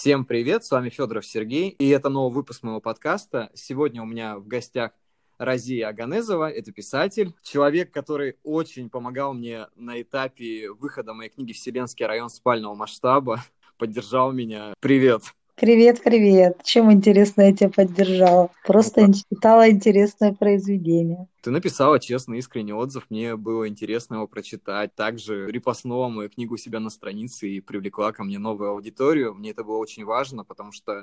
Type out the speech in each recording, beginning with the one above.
Всем привет, с вами Федоров Сергей, и это новый выпуск моего подкаста. Сегодня у меня в гостях Разия Аганезова, это писатель, человек, который очень помогал мне на этапе выхода моей книги «Вселенский район спального масштаба», поддержал меня. Привет! Привет, привет. Чем интересно я тебя поддержала? Ну, Просто читала интересное произведение. Ты написала честный, искренний отзыв, мне было интересно его прочитать. Также репостнула мою книгу у себя на странице и привлекла ко мне новую аудиторию. Мне это было очень важно, потому что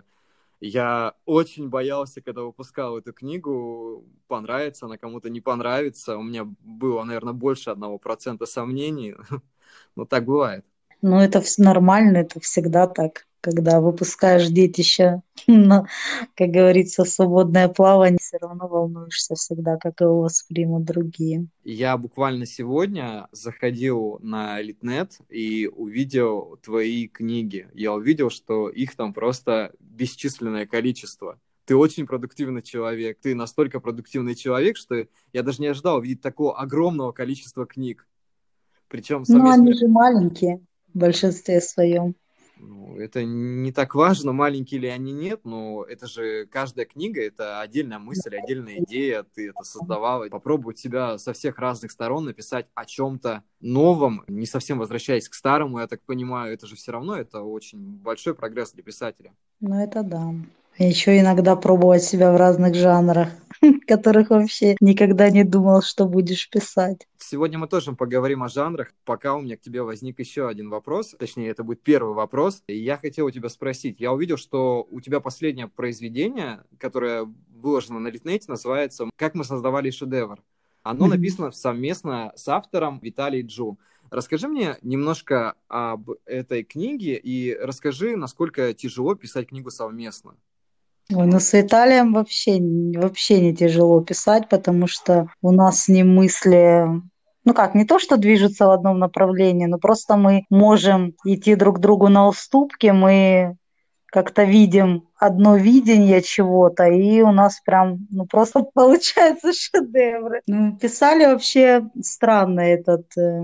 я очень боялся, когда выпускал эту книгу, понравится она кому-то, не понравится. У меня было, наверное, больше 1% сомнений, но так бывает. Но это нормально, это всегда так. Когда выпускаешь детище на, как говорится, свободное плавание, все равно волнуешься всегда, как его воспримут другие. Я буквально сегодня заходил на Литнет и увидел твои книги. Я увидел, что их там просто бесчисленное количество. Ты очень продуктивный человек. Ты настолько продуктивный человек, что я даже не ожидал увидеть такого огромного количества книг. Причем Ну, они совместно. же маленькие в большинстве своем. Ну, это не так важно, маленькие ли они, нет, но это же каждая книга, это отдельная мысль, отдельная идея, ты это создавала. Попробовать себя со всех разных сторон написать о чем-то новом, не совсем возвращаясь к старому, я так понимаю, это же все равно, это очень большой прогресс для писателя. Ну, это да. И еще иногда пробовать себя в разных жанрах, которых вообще никогда не думал, что будешь писать. Сегодня мы тоже поговорим о жанрах. Пока у меня к тебе возник еще один вопрос, точнее, это будет первый вопрос. И я хотел у тебя спросить. Я увидел, что у тебя последнее произведение, которое выложено на Литнете, называется «Как мы создавали шедевр». Оно Мгм. написано совместно с автором Виталий Джу. Расскажи мне немножко об этой книге и расскажи, насколько тяжело писать книгу совместно. Ой, ну с Виталием вообще не тяжело писать, потому что у нас с ним мысли, ну как, не то, что движутся в одном направлении, но просто мы можем идти друг другу на уступки, мы как-то видим одно видение чего-то, и у нас прям, ну просто получается шедевры. Ну, писали вообще странно этот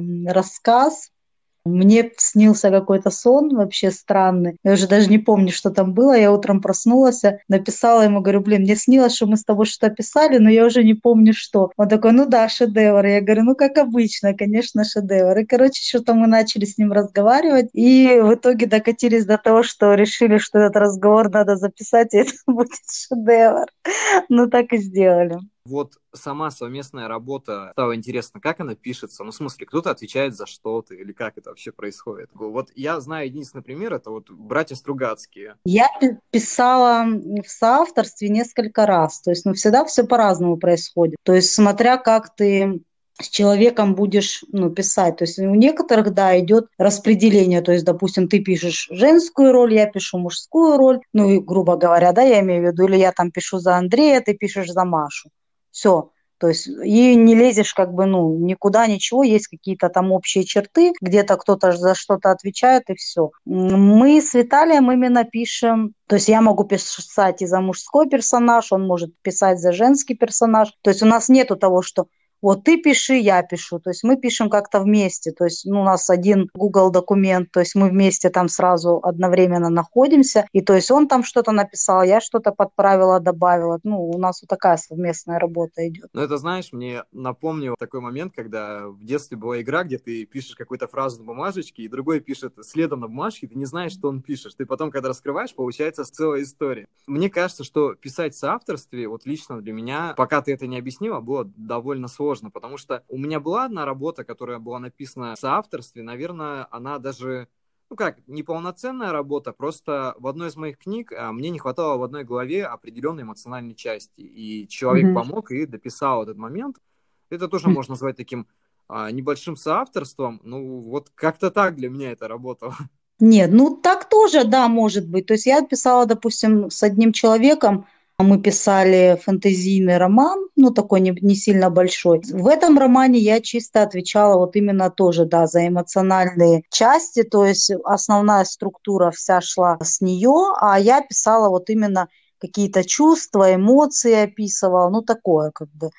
рассказ. Мне снился какой-то сон вообще странный. Я уже даже не помню, что там было. Я утром проснулась, написала ему, говорю, блин, мне снилось, что мы с тобой что-то писали, но я уже не помню, что. Он такой, ну да, шедевр. Я говорю, ну как обычно, конечно, шедевр. И, короче, что-то мы начали с ним разговаривать, и в итоге докатились до того, что решили, что этот разговор надо записать, и это будет шедевр. Ну так и сделали. Вот сама совместная работа, стало интересно, как она пишется? Ну, в смысле, кто-то отвечает за что-то или как это вообще происходит? Вот я знаю единственный пример, это вот братья Стругацкие. Я писала в соавторстве несколько раз, то есть, ну, всегда все по-разному происходит. То есть, смотря как ты с человеком будешь, ну, писать. То есть у некоторых, да, идет распределение. То есть, допустим, ты пишешь женскую роль, я пишу мужскую роль. Ну, и, грубо говоря, да, я имею в виду, или я там пишу за Андрея, ты пишешь за Машу. Все. То есть и не лезешь как бы, ну, никуда, ничего, есть какие-то там общие черты, где-то кто-то за что-то отвечает, и все. Мы с Виталием именно пишем, то есть я могу писать и за мужской персонаж, он может писать за женский персонаж. То есть у нас нету того, что вот ты пиши, я пишу. То есть мы пишем как-то вместе. То есть ну, у нас один Google документ, то есть мы вместе там сразу одновременно находимся. И то есть он там что-то написал, я что-то подправила, добавила. Ну, у нас вот такая совместная работа идет. Но это, знаешь, мне напомнил такой момент, когда в детстве была игра, где ты пишешь какую-то фразу на бумажечке, и другой пишет следом на бумажке, и ты не знаешь, что он пишет. Ты потом, когда раскрываешь, получается целая история. Мне кажется, что писать в соавторстве, вот лично для меня, пока ты это не объяснила, было довольно сложно, потому что у меня была одна работа, которая была написана в соавторстве, наверное, она даже... Ну как, неполноценная работа, просто в одной из моих книг мне не хватало в одной главе определенной эмоциональной части. И человек Мгм. помог и дописал этот момент. Это тоже можно назвать таким небольшим соавторством. Ну, вот как-то так для меня это работало. Нет, ну так тоже, да, может быть. То есть я писала, допустим, с одним человеком, мы писали фэнтезийный роман, ну такой не сильно большой. В этом романе я чисто отвечала вот именно тоже, да, за эмоциональные части, то есть основная структура вся шла с нее, а я писала вот именно какие-то чувства, эмоции описывала, ну такое как бы.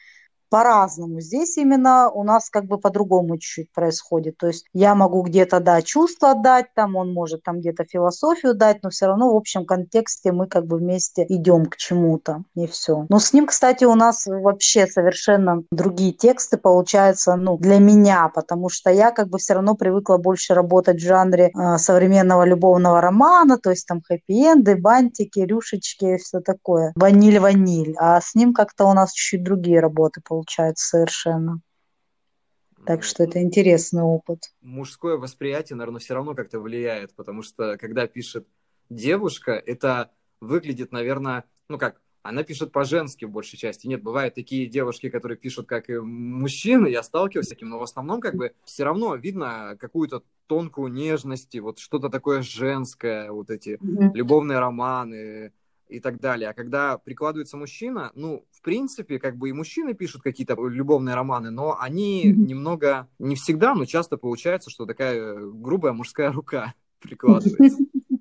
по-разному. Здесь именно у нас как бы по-другому чуть-чуть происходит. То есть я могу где-то, да, чувства дать, там он может там где-то философию дать, но все равно в общем контексте мы как бы вместе идем к чему-то, и все. Но с ним, кстати, у нас вообще совершенно другие тексты получаются, ну, для меня, потому что я как бы все равно привыкла больше работать в жанре современного любовного романа, то есть там хэппи-энды, бантики, рюшечки, все такое. Ваниль-ваниль. А с ним как-то у нас чуть-чуть другие работы получаются совершенно. Так Ну, что это интересный опыт. мужское восприятие, наверное, все равно как-то влияет, потому что когда пишет девушка, это выглядит, наверное, ну как, она пишет по-женски в большей части. Нет, бывают такие девушки, которые пишут как и мужчины, я сталкивался с таким, но в основном как бы все равно видно какую-то тонкую нежность, и вот что-то такое женское, вот эти Мгм. любовные романы, и так далее. А когда прикладывается мужчина, ну, в принципе, как бы и мужчины пишут какие-то любовные романы, но они Мгм. немного, не всегда, но часто получается, что такая грубая мужская рука прикладывается.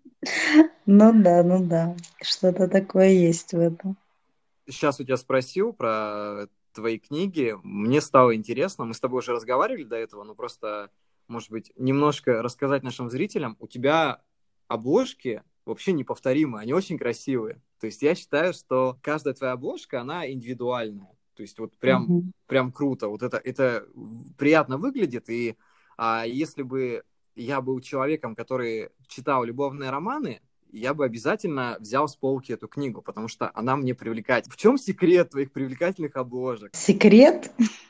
Ну да, что-то такое есть в этом. Сейчас у тебя спросил про твои книги, мне стало интересно, мы с тобой уже разговаривали до этого, но просто, может быть, немножко рассказать нашим зрителям. У тебя обложки вообще неповторимые, они очень красивые. То есть я считаю, что каждая твоя обложка, она индивидуальная. То есть вот Мгм. прям круто. Вот это приятно выглядит. И если бы я был человеком, который читал любовные романы, я бы обязательно взял с полки эту книгу, потому что она мне привлекательна. В чем секрет твоих привлекательных обложек? Секрет?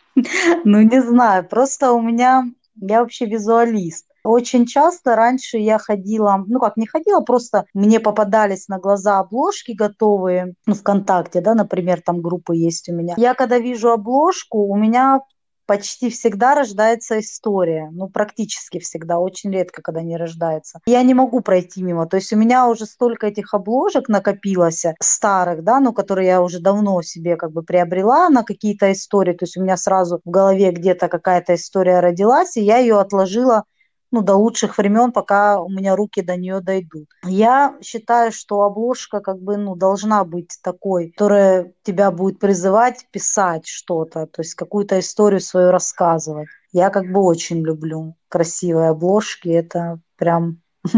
Ну, не знаю, просто у меня, я вообще визуалист. Очень часто раньше я ходила, ну как не ходила, просто мне попадались на глаза обложки готовые, ну, ВКонтакте, да, например, там группы есть у меня. Я когда вижу обложку, у меня почти всегда рождается история, ну, практически всегда, очень редко, когда не рождается. Я не могу пройти мимо, то есть у меня уже столько этих обложек накопилось, старых, да, ну, которые я уже давно себе как бы приобрела на какие-то истории, то есть у меня сразу в голове где-то какая-то история родилась, и я ее отложила, ну, до лучших времен, пока у меня руки до нее дойдут. Я считаю, что обложка как бы, ну, должна быть такой, которая тебя будет призывать писать что-то, то есть какую-то историю свою рассказывать. Я как бы очень люблю красивые обложки, это прям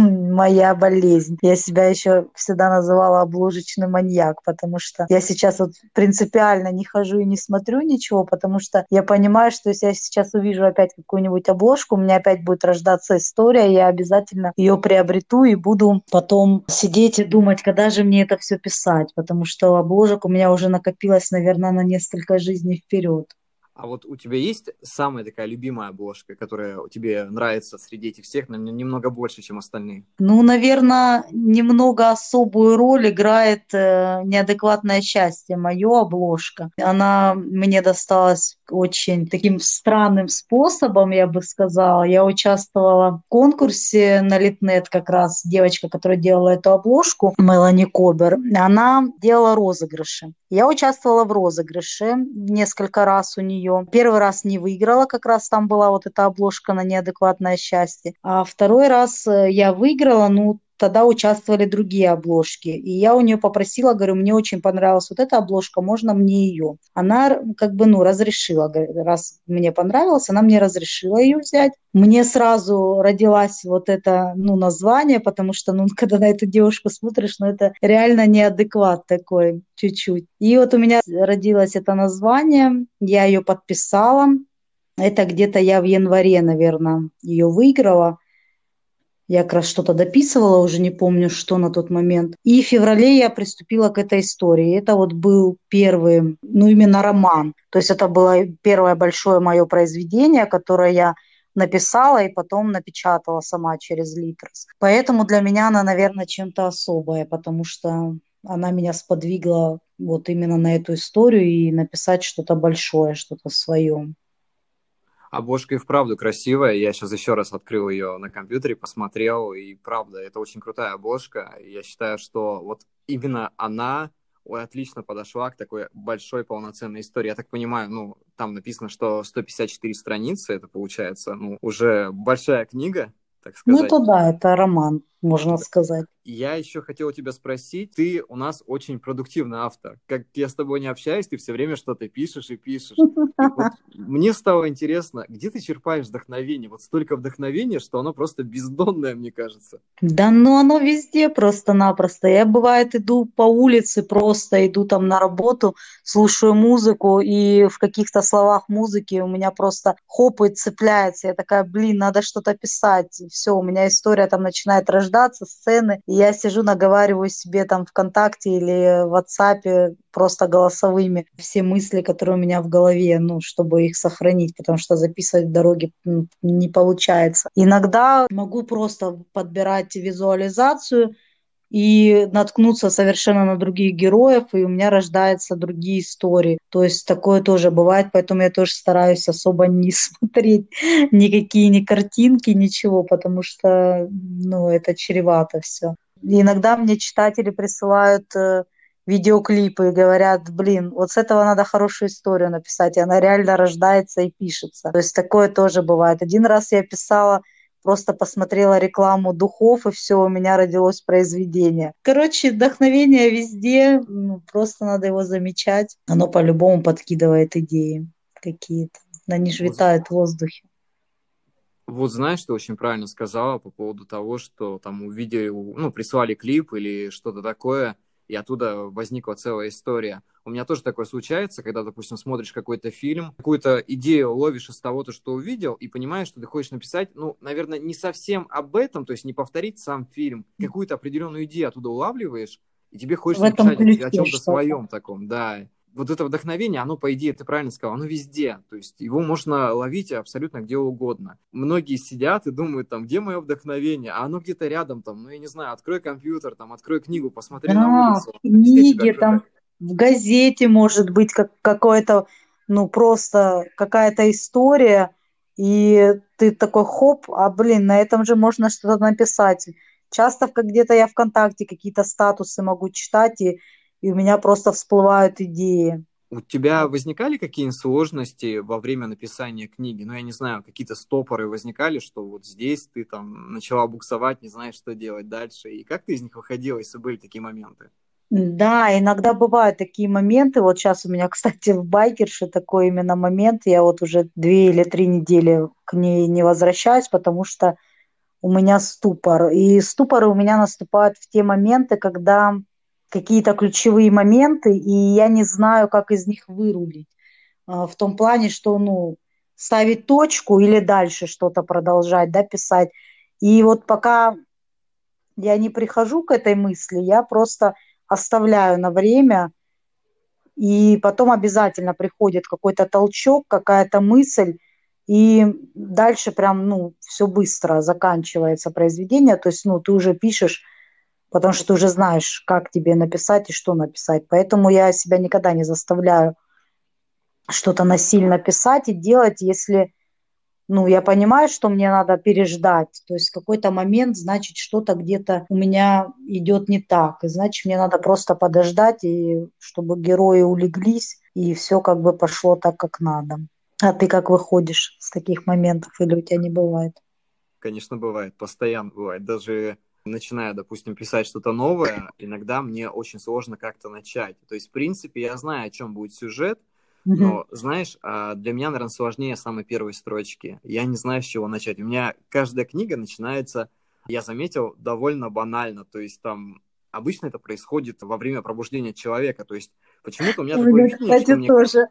моя болезнь. Я себя еще всегда называла обложечный маньяк, потому что я сейчас вот принципиально не хожу и не смотрю ничего, потому что я понимаю, что если я сейчас увижу опять какую-нибудь обложку, у меня опять будет рождаться история, я обязательно ее приобрету и буду потом сидеть и думать, когда же мне это все писать, потому что обложек у меня уже накопилось, наверное, на несколько жизней вперед. А вот у тебя есть самая такая любимая обложка, которая тебе нравится среди этих всех, но немного больше, чем остальные? Ну, наверное, немного особую роль играет неадекватное счастье, мое обложка. Она мне досталась очень таким странным способом, я бы сказала. Я участвовала в конкурсе на Литнет, как раз девочка, которая делала эту обложку, Мелани Кобер, она делала розыгрыши. Я участвовала в розыгрыше несколько раз у нее. Первый раз не выиграла, как раз там была вот эта обложка на неадекватное счастье. А второй раз я выиграла, ну, тогда участвовали другие обложки. И я у нее попросила, говорю, мне очень понравилась вот эта обложка, можно мне ее? Она как бы, ну, разрешила, раз мне понравилось, она мне разрешила ее взять. Мне сразу родилась вот это, ну, название, потому что, ну, когда на эту девушку смотришь, ну, это реально неадекват такой чуть-чуть. И вот у меня родилось это название, я ее подписала. Это где-то я в январе, наверное, ее выиграла. Я как раз что-то дописывала, уже не помню, что на тот момент. И в феврале я приступила к этой истории. Это вот был первый, ну, именно роман. То есть это было первое большое мое произведение, которое я написала и потом напечатала сама через Литрес. Поэтому для меня она, наверное, чем-то особая, потому что она меня сподвигла вот именно на эту историю и написать что-то большое, что-то свое. Обложка и вправду красивая. Я сейчас еще раз открыл ее на компьютере, посмотрел, и правда, это очень крутая обложка. Я считаю, что вот именно она отлично подошла к такой большой полноценной истории. Я так понимаю, ну, там написано, что 154 страницы, это получается, ну, уже большая книга, так Ну сказать. это да, это роман, можно сказать. Я еще хотел тебя спросить, ты у нас очень продуктивный автор. Как я с тобой не общаюсь, ты все время что-то пишешь и пишешь. И вот мне стало интересно, где ты черпаешь вдохновение? Вот столько вдохновения, что оно просто бездонное, мне кажется. Да ну оно везде просто-напросто. Я бывает иду по улице, просто иду там на работу, слушаю музыку, и в каких-то словах музыки у меня просто хоп и цепляется. Я такая, блин, надо что-то писать. Все, у меня история там начинает рождаться, сцены, и я сижу, наговариваю себе там ВКонтакте или в WhatsApp просто голосовыми все мысли, которые у меня в голове, ну, чтобы их сохранить, потому что записывать в дороге не получается. Иногда могу просто подбирать визуализацию и наткнуться совершенно на других героев, и у меня рождаются другие истории. То есть такое тоже бывает, поэтому я тоже стараюсь особо не смотреть никакие ни картинки, ничего, потому что, ну, это чревато все. Иногда мне читатели присылают видеоклипы и говорят, блин, вот с этого надо хорошую историю написать, и она реально рождается и пишется. То есть такое тоже бывает. Один раз я писала, просто посмотрела рекламу духов, и все, у меня родилось произведение. Короче, вдохновение везде, ну, просто надо его замечать. Оно по-любому подкидывает идеи какие-то. Они же Вот, витают в воздухе. вот знаешь, ты очень правильно сказала по поводу того, что там увидели, ну, прислали клип или что-то такое, и оттуда возникла целая история. У меня тоже такое случается, когда, допустим, смотришь какой-то фильм, какую-то идею ловишь из того, что увидел, и понимаешь, что ты хочешь написать, ну, наверное, не совсем об этом, то есть не повторить сам фильм, какую-то определенную идею оттуда улавливаешь, и тебе В хочется этом написать о ключе чем-то что-то. своем таком, да. Вот это вдохновение, оно, по идее, ты правильно сказал, оно везде. То есть его можно ловить абсолютно где угодно. Многие сидят и думают, там, где мое вдохновение? А оно где-то рядом, там, ну, я не знаю, открой компьютер, там, открой книгу, посмотри на Да, в улицу. Везде тебя книге, там, окружает. в газете может быть какое-то, ну, просто какая-то история, и ты такой хоп, а, блин, на этом же можно что-то написать. Часто где-то я ВКонтакте какие-то статусы могу читать, и у меня просто всплывают идеи. У тебя возникали какие-нибудь сложности во время написания книги? Ну, я не знаю, какие-то стопоры возникали, что вот здесь ты там начала буксовать, не знаешь, что делать дальше. И как ты из них выходила, если были такие моменты? Да, иногда бывают такие моменты. Вот сейчас у меня, кстати, в байкерше такой именно момент. Я вот уже 2 или 3 недели к ней не возвращаюсь, потому что у меня ступор. И ступоры у меня наступают в те моменты, когда какие-то ключевые моменты, и я не знаю, как из них вырулить. В том плане, что, ну, ставить точку или дальше что-то продолжать, да, писать. И вот пока я не прихожу к этой мысли, я просто оставляю на время, и потом обязательно приходит какой-то толчок, какая-то мысль, и дальше прям, ну, все быстро заканчивается произведение, то есть, ну, ты уже пишешь, потому что ты уже знаешь, как тебе написать и что написать. Поэтому я себя никогда не заставляю что-то насильно писать и делать, если, ну, я понимаю, что мне надо переждать. То есть в какой-то момент, значит, что-то где-то у меня идет не так. И значит, мне надо просто подождать, и чтобы герои улеглись, и все как бы пошло так, как надо. А ты как выходишь с таких моментов, или у тебя не бывает? Конечно, бывает, постоянно бывает. Даже начиная, допустим, писать что-то новое, иногда мне очень сложно как-то начать. То есть, в принципе, я знаю, о чем будет сюжет, Мгм. но, знаешь, для меня, наверное, сложнее самой первой строчки. Я не знаю, с чего начать. У меня каждая книга начинается, я заметил, довольно банально. То есть там обычно это происходит во время пробуждения человека. То есть почему-то у меня У такое меня, видение, что кстати, мне... тоже.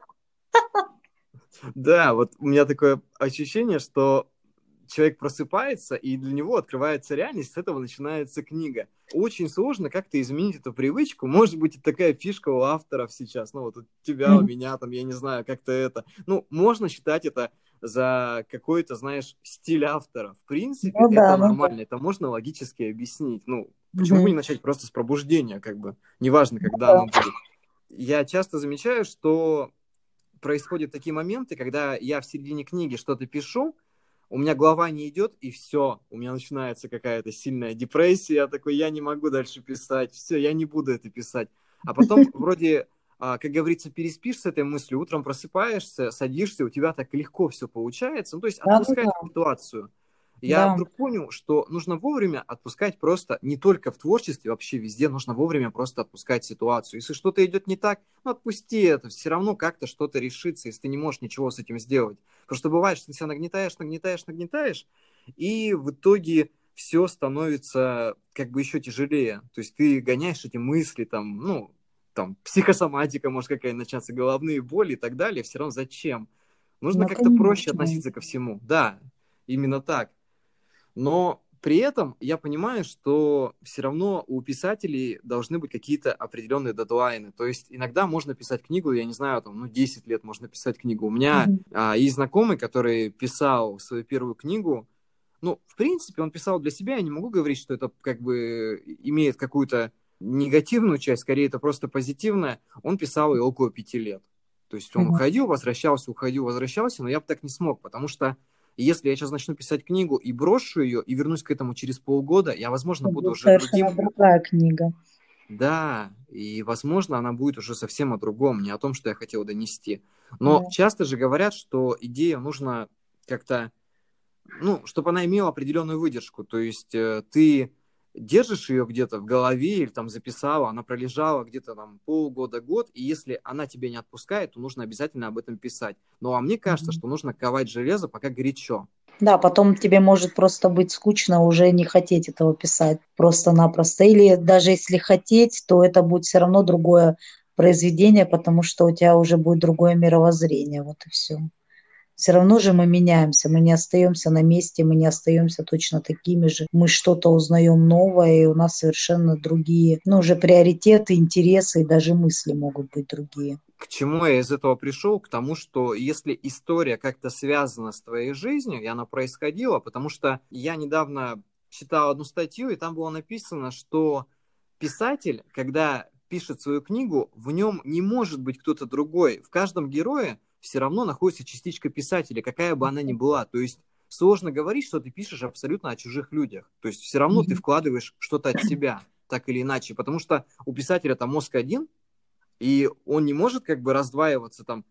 Да, вот у меня такое ощущение, что человек просыпается, и для него открывается реальность, с этого начинается книга. Очень сложно как-то изменить эту привычку. Может быть, это такая фишка у авторов сейчас. Ну, вот у тебя, у Мгм. меня, там, я не знаю, как-то это... Ну, можно считать это за какой-то, знаешь, стиль автора. В принципе, Ну да, это ну да. нормально, это можно логически объяснить. Ну, почему бы не Мгм. начать просто с пробуждения, как бы, неважно, Ну когда оно да. будет. Я часто замечаю, что происходят такие моменты, когда я в середине книги что-то пишу, у меня голова не идет, и все, у меня начинается какая-то сильная депрессия, я такой, я не могу дальше писать, все, я не буду это писать. А потом вроде, как говорится, переспишь с этой мыслью, утром просыпаешься, садишься, у тебя так легко все получается, ну, то есть Да, ну отпускаешь да. ситуацию. Я Да, вдруг понял, что нужно вовремя отпускать просто не только в творчестве, вообще везде нужно вовремя просто отпускать ситуацию. Если что-то идет не так, ну отпусти это, все равно как-то что-то решится, если ты не можешь ничего с этим сделать. Потому что бывает, что ты себя нагнетаешь, нагнетаешь, нагнетаешь, и в итоге все становится как бы еще тяжелее. То есть ты гоняешь эти мысли, там, ну, там, психосоматика может какая-нибудь начаться, головные боли и так далее. Все равно зачем? Нужно ну, как-то проще конечно. относиться ко всему. Да, именно так. Но при этом я понимаю, что все равно у писателей должны быть какие-то определенные дедлайны. То есть иногда можно писать книгу, я не знаю, там, ну, 10 лет можно писать книгу. У меня Мгм. есть знакомый, который писал свою первую книгу. Ну, в принципе, он писал для себя. Я не могу говорить, что это как бы имеет какую-то негативную часть, скорее это просто позитивная. Он писал ее около 5 лет. То есть он Мгм. уходил, возвращался, но я бы так не смог, потому что если я сейчас начну писать книгу и брошу ее, и вернусь к этому через полгода, я, возможно, Это буду будет уже совершенно другим. другая книга. Да, и, возможно, она будет уже совсем о другом, не о том, что я хотел донести. Но Да. часто же говорят, что идею нужно как-то, ну, чтобы она имела определенную выдержку. То есть ты держишь ее где-то в голове или там записала, она пролежала где-то там полгода, год, и если она тебя не отпускает, то нужно обязательно об этом писать. Ну, а мне кажется, Мгм. что нужно ковать железо, пока горячо. Да, потом тебе может просто быть скучно, уже не хотеть этого писать просто-напросто. Или даже если хотеть, то это будет все равно другое произведение, потому что у тебя уже будет другое мировоззрение. Вот и все. Все равно же мы меняемся, мы не остаемся на месте, мы не остаемся точно такими же. Мы что-то узнаем новое, и у нас совершенно другие, ну, уже приоритеты, интересы и даже мысли могут быть другие. К чему я из этого пришел? К тому, что если история как-то связана с твоей жизнью, и она происходила, потому что я недавно читал одну статью, и там было написано, что писатель, когда пишет свою книгу, в нем не может быть кто-то другой. В каждом герое все равно находится частичка писателя, какая бы она ни была. То есть сложно говорить, что ты пишешь абсолютно о чужих людях. То есть все равно ты Мгм. вкладываешь что-то от себя, так или иначе. Потому что у писателя там мозг один, и он не может как бы раздваиваться там,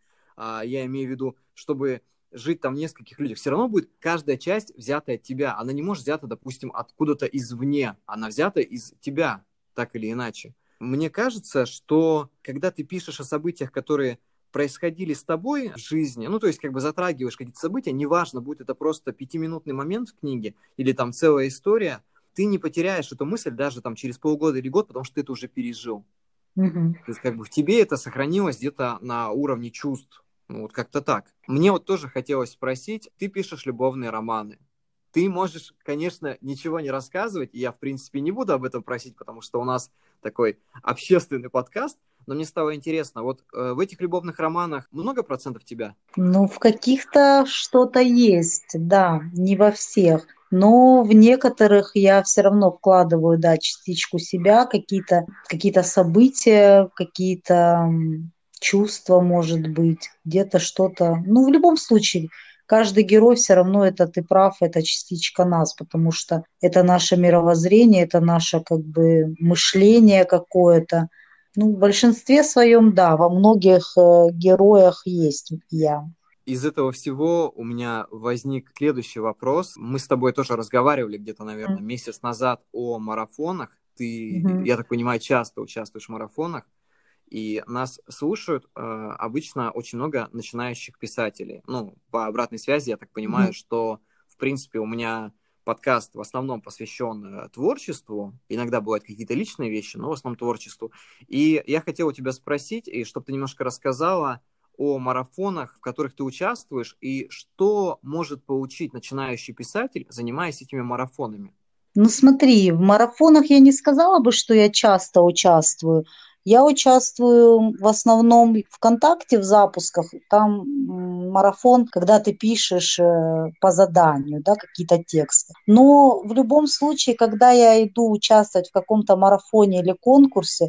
я имею в виду, чтобы жить там в нескольких людях. Все равно будет каждая часть взята от тебя. Она не может взята, допустим, откуда-то извне. Она взята из тебя, так или иначе. Мне кажется, что когда ты пишешь о событиях, которые происходили с тобой в жизни, ну, то есть как бы затрагиваешь какие-то события, неважно, будет это просто пятиминутный момент в книге или там целая история, ты не потеряешь эту мысль даже там через полгода или год, потому что ты это уже пережил. Мгм. То есть как бы в тебе это сохранилось где-то на уровне чувств. Ну, вот как-то так. Мне вот тоже хотелось спросить, ты пишешь любовные романы. Ты можешь, конечно, ничего не рассказывать, и я, в принципе, не буду об этом просить, потому что у нас такой общественный подкаст, но мне стало интересно, вот в этих любовных романах много процентов тебя? Ну, в каких-то что-то есть, да, не во всех. Но в некоторых я все равно вкладываю, да, частичку себя, какие-то события, какие-то чувства, может быть, где-то что-то. Ну, в любом случае, каждый герой все равно это, ты прав, это частичка нас, потому что это наше мировоззрение, это наше как бы мышление какое-то. Ну, в большинстве своем, да, во многих героях есть я. Из этого всего у меня возник следующий вопрос. Мы с тобой тоже разговаривали где-то, наверное, М. месяц назад о марафонах. Ты, Мгм. я так понимаю, часто участвуешь в марафонах. И нас слушают обычно очень много начинающих писателей. Ну, по обратной связи я так понимаю, Мгм. что, в принципе, у меня подкаст в основном посвящен творчеству. Иногда бывают какие-то личные вещи, но в основном творчеству. И я хотел у тебя спросить, и чтобы ты немножко рассказала о марафонах, в которых ты участвуешь, и что может получить начинающий писатель, занимаясь этими марафонами. Ну смотри, в марафонах я не сказала бы, что я часто участвую. Я участвую в основном ВКонтакте в запусках. Там марафон, когда ты пишешь по заданию, да, какие-то тексты. Но в любом случае, когда я иду участвовать в каком-то марафоне или конкурсе,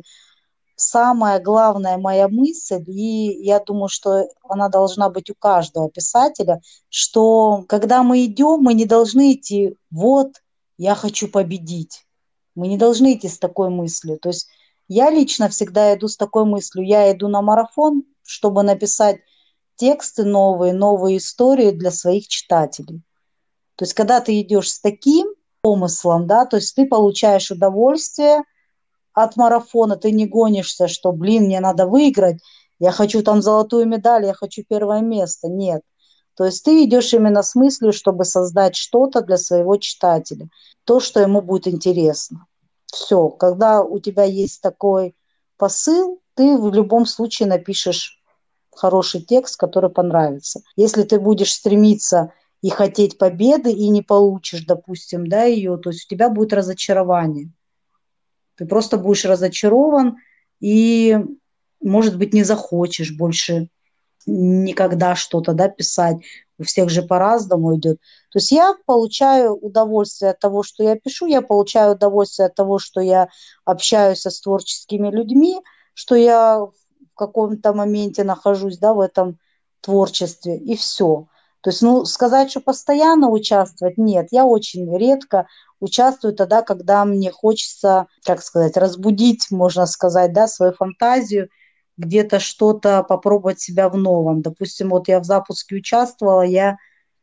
самая главная моя мысль, и я думаю, что она должна быть у каждого писателя, что когда мы идем, мы не должны идти, вот, я хочу победить. Мы не должны идти с такой мыслью. То есть я лично всегда иду с такой мыслью. Я иду на марафон, чтобы написать тексты новые, новые истории для своих читателей. То есть, когда ты идешь с таким помыслом, да, то есть ты получаешь удовольствие от марафона, ты не гонишься, что, блин, мне надо выиграть, я хочу там золотую медаль, я хочу первое место. Нет. То есть ты идешь именно с мыслью, чтобы создать что-то для своего читателя, то, что ему будет интересно. Все, когда у тебя есть такой посыл, ты в любом случае напишешь хороший текст, который понравится. Если ты будешь стремиться и хотеть победы, и не получишь, допустим, да, ее, то есть у тебя будет разочарование. Ты просто будешь разочарован и, может быть, не захочешь больше никогда что-то, да, писать. У всех же по-разному идет. То есть я получаю удовольствие от того, что я пишу, я получаю удовольствие от того, что я общаюсь с творческими людьми, что я в каком-то моменте нахожусь, да, в этом творчестве, и все. То есть, ну, сказать, что постоянно участвовать, нет, я очень редко участвую тогда, когда мне хочется, как сказать, разбудить, можно сказать, да, свою фантазию, где-то что-то попробовать себя в новом. Допустим, вот я в запуске участвовала, я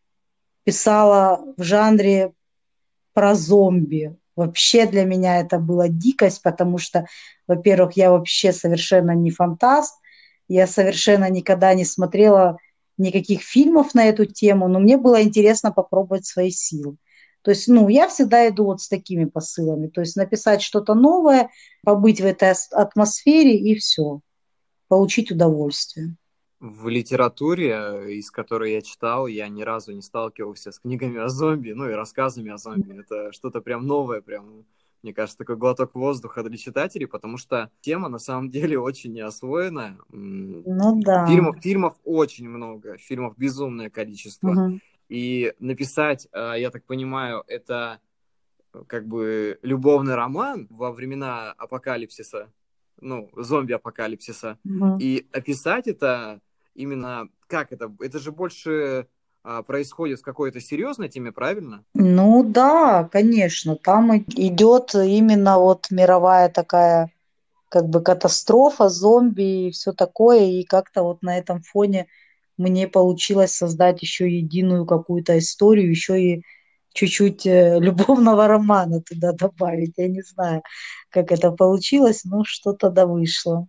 писала в жанре про зомби. Вообще для меня это была дикость, потому что, во-первых, я вообще совершенно не фантаст, я совершенно никогда не смотрела никаких фильмов на эту тему, но мне было интересно попробовать свои силы. То есть, ну, я всегда иду вот с такими посылами. То есть написать что-то новое, побыть в этой атмосфере и все, получить удовольствие. В литературе, из которой я читал, я ни разу не сталкивался с книгами о зомби, ну и рассказами о зомби. Это что-то прям новое, прям, мне кажется, такой глоток воздуха для читателей, потому что тема на самом деле очень неосвоенная. Ну да. Фильмов очень много, фильмов безумное количество. Угу. И написать, я так понимаю, это как бы любовный роман во времена апокалипсиса, ну, зомби-апокалипсиса, Угу. и описать это именно как это? Это же больше происходит в какой-то серьезной теме, правильно? Ну да, конечно, там идет именно вот мировая такая как бы катастрофа, зомби и все такое, и как-то вот на этом фоне мне получилось создать еще единую какую-то историю, еще и чуть-чуть любовного романа туда добавить. Я не знаю, как это получилось, но что-то да вышло.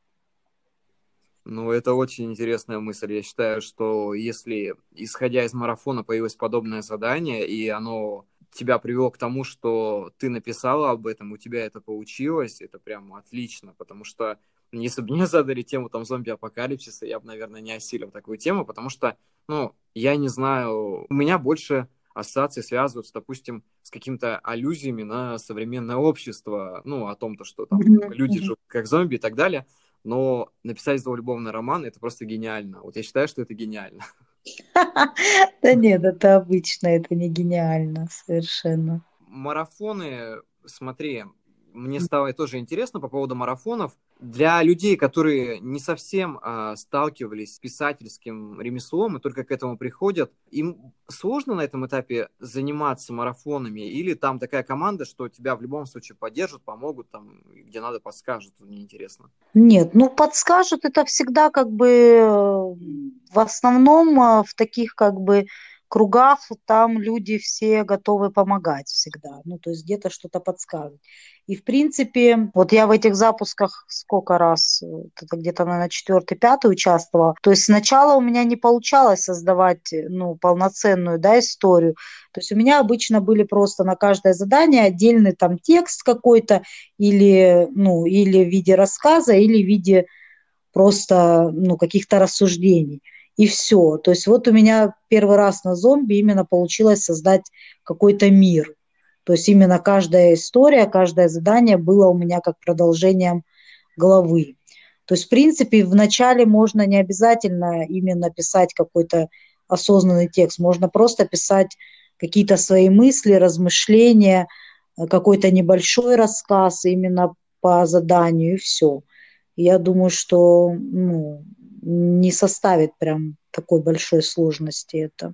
Ну, это очень интересная мысль. Я считаю, что если, исходя из марафона, появилось подобное задание, и оно тебя привело к тому, что ты написала об этом, у тебя это получилось, это прям отлично, потому что если бы мне задали тему там зомби-апокалипсиса, я бы, наверное, не осилил такую тему, потому что, ну, я не знаю, у меня больше ассоциации связываются, допустим, с какими-то аллюзиями на современное общество, ну, о том, то, что там Мгм, люди мгм. живут как зомби и так далее. Но написать любовный роман — это просто гениально. Вот я считаю, что это гениально. Да нет, это обычно, это не гениально совершенно. Марафоны, смотри, мне стало тоже интересно по поводу марафонов. Для людей, которые не совсем сталкивались с писательским ремеслом и только к этому приходят, им сложно на этом этапе заниматься марафонами? Или там такая команда, что тебя в любом случае поддержат, помогут, там, где надо, подскажут? Мне интересно. Нет, ну подскажут это всегда как бы в основном в таких как бы кругах там люди все готовы помогать всегда. Ну то есть где-то что-то подскажут. И в принципе, вот я в этих запусках сколько раз, это где-то, наверное, четвертый, пятый участвовала. То есть сначала у меня не получалось создавать, ну, полноценную, да, историю. То есть у меня обычно были просто на каждое задание отдельный там текст какой-то, или, ну, или в виде рассказа, или в виде просто, ну, каких-то рассуждений. И все. То есть вот у меня первый раз на зомби именно получилось создать какой-то мир. То есть именно каждая история, каждое задание было у меня как продолжением главы. То есть, в принципе, вначале можно не обязательно именно писать какой-то осознанный текст, можно просто писать какие-то свои мысли, размышления, какой-то небольшой рассказ именно по заданию, и все. Я думаю, что ну, не составит прям такой большой сложности это.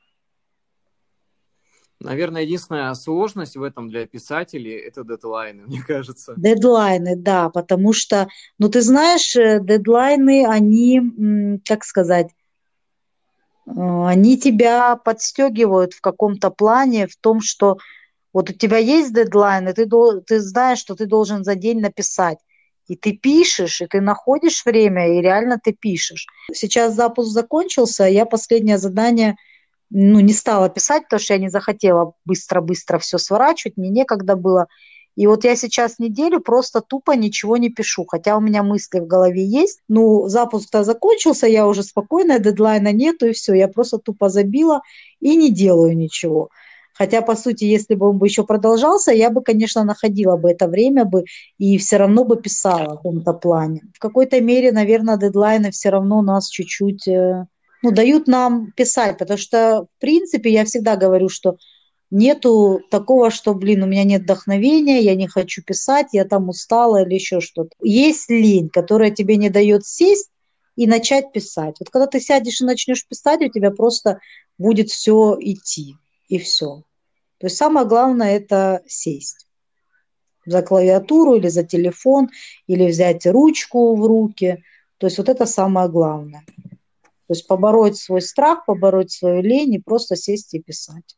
Наверное, единственная сложность в этом для писателей — это дедлайны, мне кажется. Дедлайны, да, потому что, ну, ты знаешь, дедлайны, они, как сказать, Они тебя подстегивают в каком-то плане, в том, что вот у тебя есть дедлайн, и ты знаешь, что ты должен за день написать. И ты пишешь, и ты находишь время, и реально ты пишешь. Сейчас запуск закончился, я последнее задание, ну, не стала писать, потому что я не захотела быстро-быстро все сворачивать, мне некогда было. И вот я сейчас неделю просто тупо ничего не пишу, хотя у меня мысли в голове есть. Ну, запуск-то закончился, я уже спокойная, дедлайна нету, и все, я просто тупо забила и не делаю ничего. Хотя, по сути, если бы он бы еще продолжался, я бы, конечно, находила бы это время бы и все равно бы писала в каком-то плане. В какой-то мере, наверное, дедлайны все равно нас чуть-чуть ну, дают нам писать, потому что, в принципе, я всегда говорю, что нету такого, что, блин, у меня нет вдохновения, я не хочу писать, я там устала или еще что-то. Есть лень, которая тебе не дает сесть и начать писать. Вот когда ты сядешь и начнешь писать, у тебя просто будет все идти, и все. То есть самое главное – это сесть за клавиатуру или за телефон, или взять ручку в руки. То есть вот это самое главное. То есть побороть свой страх, побороть свою лень и просто сесть и писать.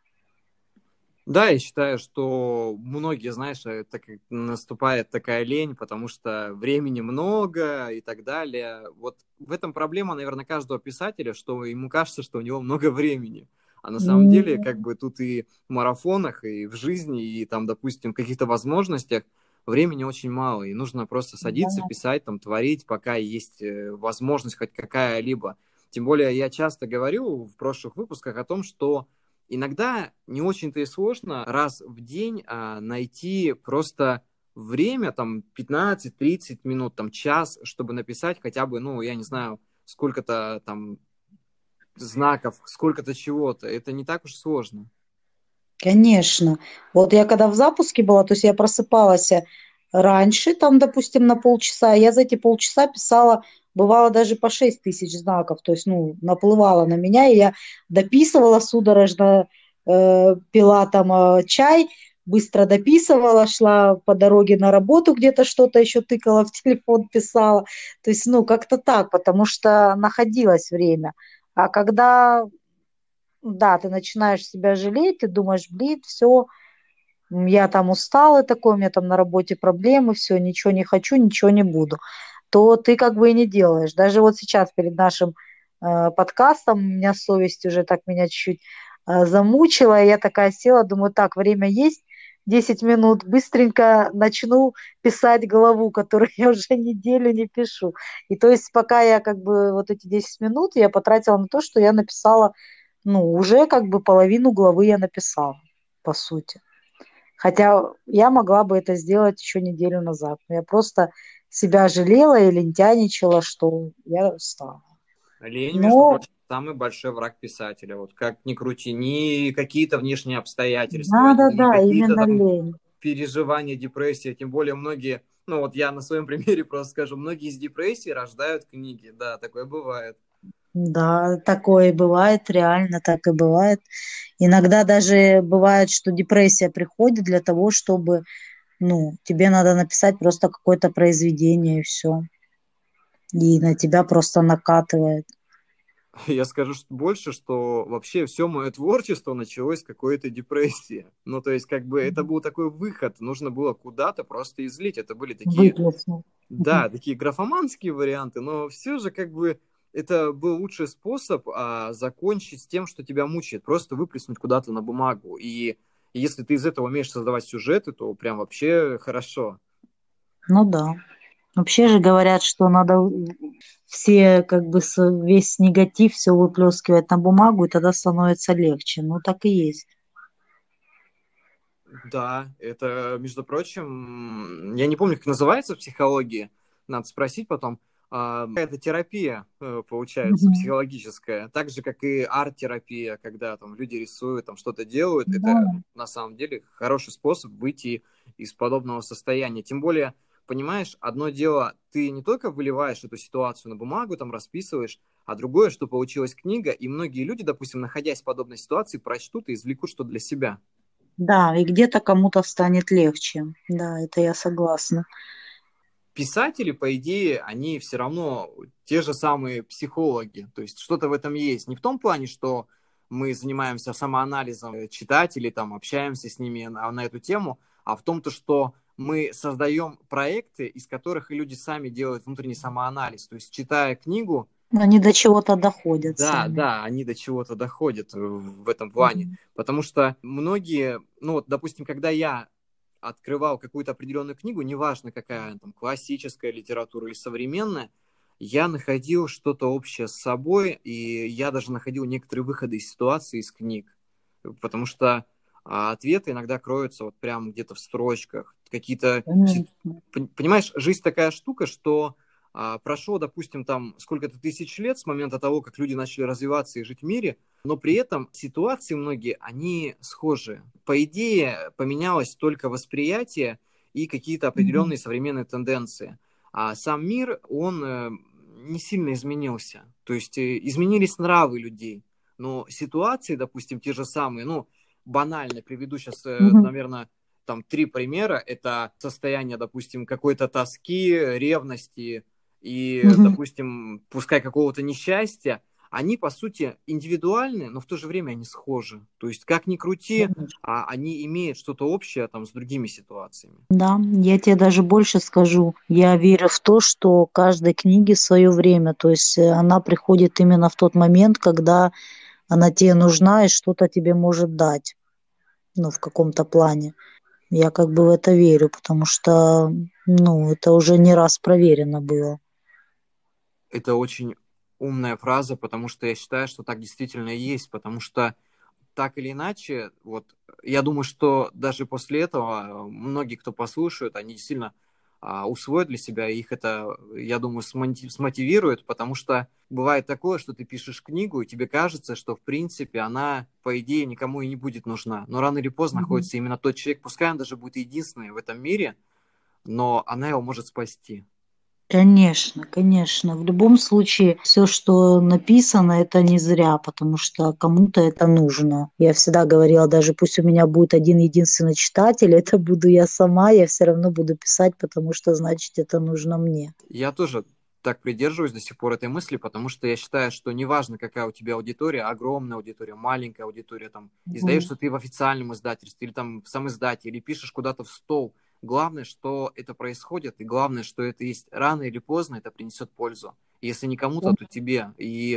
Да, я считаю, что многие, знаешь, так как наступает такая лень, потому что времени много и так далее. Вот в этом проблема, наверное, каждого писателя, что ему кажется, что у него много времени. А на самом деле, как бы тут и в марафонах, и в жизни, и там, допустим, в каких-то возможностях времени очень мало. И нужно просто садиться, Да, писать, там, творить, пока есть возможность хоть какая-либо. Тем более я часто говорю в прошлых выпусках о том, что иногда не очень-то и сложно раз в день найти просто время, там, 15-30 минут, там, час, чтобы написать хотя бы, ну, я не знаю, сколько-то там знаков, сколько-то чего-то. Это не так уж сложно. конечно. Вот я когда в запуске была, то есть я просыпалась раньше, там, допустим, на полчаса, я за эти полчаса писала, бывало даже по 6 тысяч знаков, то есть, ну, наплывало на меня, и я дописывала судорожно, пила там чай, быстро дописывала, шла по дороге на работу, где-то что-то еще тыкала в телефон, писала. То есть, ну, как-то так, потому что находилось время. А когда, да, ты начинаешь себя жалеть, ты думаешь, блин, все, я там устала такой, у меня там на работе проблемы, все, ничего не хочу, ничего не буду, то ты как бы и не делаешь. Даже вот сейчас перед нашим подкастом у меня совесть уже так меня чуть-чуть замучила, и я такая села, думаю, так, время есть, 10 минут, быстренько начну писать главу, которую я уже неделю не пишу. И то есть пока я как бы вот эти 10 минут я потратила на то, что я написала, ну, уже как бы половину главы я написала, по сути. Хотя я могла бы это сделать еще неделю назад. Но я просто себя жалела и лентяничала, что я устала. Лень, между Но прочим, самый большой враг писателя. Вот как ни крути, ни какие-то внешние обстоятельства, ни да-да-да, какие-то именно там лень. переживания, депрессия. Тем более многие, ну вот я на своем примере просто скажу, многие из депрессии рождают книги. Да, такое бывает. Да, такое бывает, реально так и бывает. Иногда даже бывает, что депрессия приходит для того, чтобы, ну, тебе надо написать просто какое-то произведение и все. И на тебя просто накатывает. Я скажу что больше, что вообще все мое творчество началось с какой-то депрессии. Ну, то есть, как бы это был такой выход, нужно было куда-то просто излить. Это были такие, Выплеснуть. да, такие графоманские варианты, но все же как бы это был лучший способ закончить с тем, что тебя мучает, просто выплеснуть куда-то на бумагу. И если ты из этого умеешь создавать сюжеты, то прям вообще хорошо. Ну да. Вообще же говорят, что надо все как бы весь негатив все выплескивать на бумагу, и тогда становится легче. Ну так и есть. Да, это, между прочим, я не помню, как называется в психологии, надо спросить потом. Это терапия, получается, Мгм. психологическая, так же, как и арт-терапия, когда там люди рисуют, там что-то делают, Да, это на самом деле хороший способ выйти из подобного состояния. Тем более, понимаешь, одно дело, ты не только выливаешь эту ситуацию на бумагу, там расписываешь, а другое, что получилась книга, и многие люди, допустим, находясь в подобной ситуации, прочтут и извлекут что для себя. да, и где-то кому-то станет легче. Да, это я согласна. писатели, по идее, они все равно те же самые психологи. То есть что-то в этом есть. Не в том плане, что мы занимаемся самоанализом читателей, там, общаемся с ними на эту тему, а в том, то, что мы создаем проекты, из которых и люди сами делают внутренний самоанализ. То есть, читая книгу, Они до чего-то доходят да, сами. да, они до чего-то доходят в этом плане. Мгм. Потому что многие, ну вот, допустим, когда я открывал какую-то определенную книгу, неважно какая она, там, классическая литература или современная, я находил что-то общее с собой, и я даже находил некоторые выходы из ситуации из книг. Потому что ответы иногда кроются вот прямо где-то в строчках. Какие-то... Конечно. Понимаешь, жизнь такая штука, что прошло, допустим, там сколько-то тысяч лет с момента того, как люди начали развиваться и жить в мире, но при этом ситуации многие, они схожи. По идее, поменялось только восприятие и какие-то Мгм. определенные современные тенденции. А сам мир, он не сильно изменился. То есть изменились нравы людей. Но ситуации, допустим, те же самые, ну, банально приведу сейчас, Мгм. наверное, там 3 примера. Это состояние, допустим, какой-то тоски, ревности и, Мгм. допустим, пускай какого-то несчастья. Они, по сути, индивидуальны, но в то же время они схожи. То есть, как ни крути, Конечно. они имеют что-то общее там с другими ситуациями. Да, я тебе даже больше скажу. Я верю в то, что каждой книге свое время. То есть она приходит именно в тот момент, когда она тебе нужна и что-то тебе может дать. Ну, в каком-то плане. Я как бы в это верю, потому что, ну, это уже не раз проверено было. Это очень умная фраза, потому что я считаю, что так действительно и есть, потому что так или иначе, вот я думаю, что даже после этого многие, кто послушают, они сильно усвоят для себя, и их это, я думаю, смотивирует, потому что бывает такое, что ты пишешь книгу, и тебе кажется, что, в принципе, она, по идее, никому и не будет нужна. Но рано или поздно Мгм. находится именно тот человек, пускай он даже будет единственный в этом мире, но она его может спасти. Конечно, конечно. В любом случае, все, что написано, это не зря, потому что кому-то это нужно. Я всегда говорила, даже пусть у меня будет один единственный читатель, это буду я сама, я все равно буду писать, потому что, значит, это нужно мне. Я тоже так придерживаюсь до сих пор этой мысли, потому что я считаю, что неважно, какая у тебя аудитория, огромная аудитория, маленькая аудитория, там, издаешь, Мгм. что ты в официальном издательстве, или там в сам издате, или пишешь куда-то в стол. Главное, что это происходит, и главное, что это есть рано или поздно, это принесет пользу. Если не кому-то, то тебе. И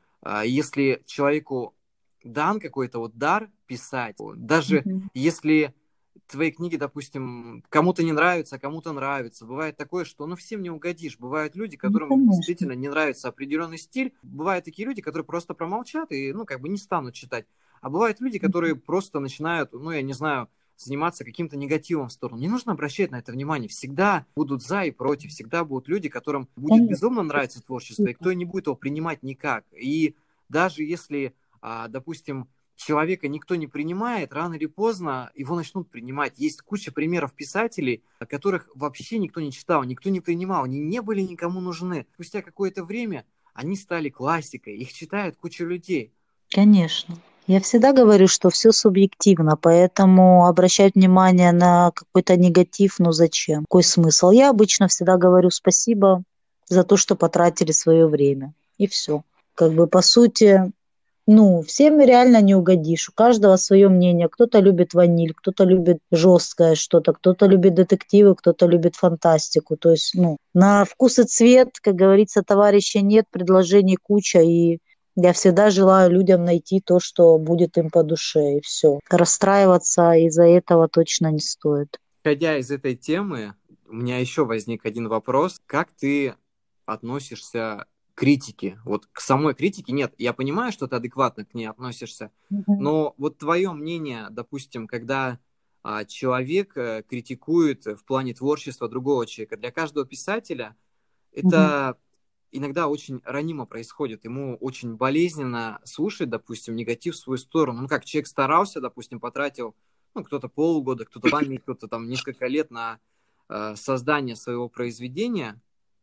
если человеку дан какой-то вот дар писать, даже Мгм. если твои книги, допустим, кому-то не нравятся, а кому-то нравятся. Бывает такое, что ну всем не угодишь. Бывают люди, Ну, которым конечно. действительно не нравится определенный стиль. Бывают такие люди, которые просто промолчат и, ну, как бы не станут читать. А бывают люди, которые просто начинают, ну, я не знаю, заниматься каким-то негативом в сторону. Не нужно обращать на это внимание. Всегда будут за и против. Всегда будут люди, которым будет Конечно. безумно нравиться творчество, и кто не будет его принимать никак. И даже если, допустим, человека никто не принимает, рано или поздно его начнут принимать. Есть куча примеров писателей, которых вообще никто не читал, никто не принимал, они не были никому нужны. Спустя какое-то время они стали классикой, их читают куча людей. Конечно. Я всегда говорю, что все субъективно, поэтому обращать внимание на какой-то негатив, ну зачем? Какой смысл? Я обычно всегда говорю спасибо за то, что потратили свое время. И все. Как бы по сути, ну, всем реально не угодишь. У каждого свое мнение. Кто-то любит ваниль, кто-то любит жесткое что-то, кто-то любит детективы, кто-то любит фантастику. То есть, ну, на вкус и цвет, как говорится, товарища нет, предложений куча, и я всегда желаю людям найти то, что будет им по душе, и все. Расстраиваться из-за этого точно не стоит. Исходя из этой темы, у меня еще возник один вопрос. Как ты относишься к критике? Вот к самой критике нет. Я понимаю, что ты адекватно к ней относишься, Мгм. но вот твое мнение, допустим, когда человек критикует в плане творчества другого человека, для каждого писателя Мгм. это иногда очень ранимо происходит. Ему очень болезненно слушать, допустим, негатив в свою сторону. Ну, как человек старался, допустим, потратил, ну, кто-то полгода, кто-то 2 месяца, кто-то там несколько лет на создание своего произведения,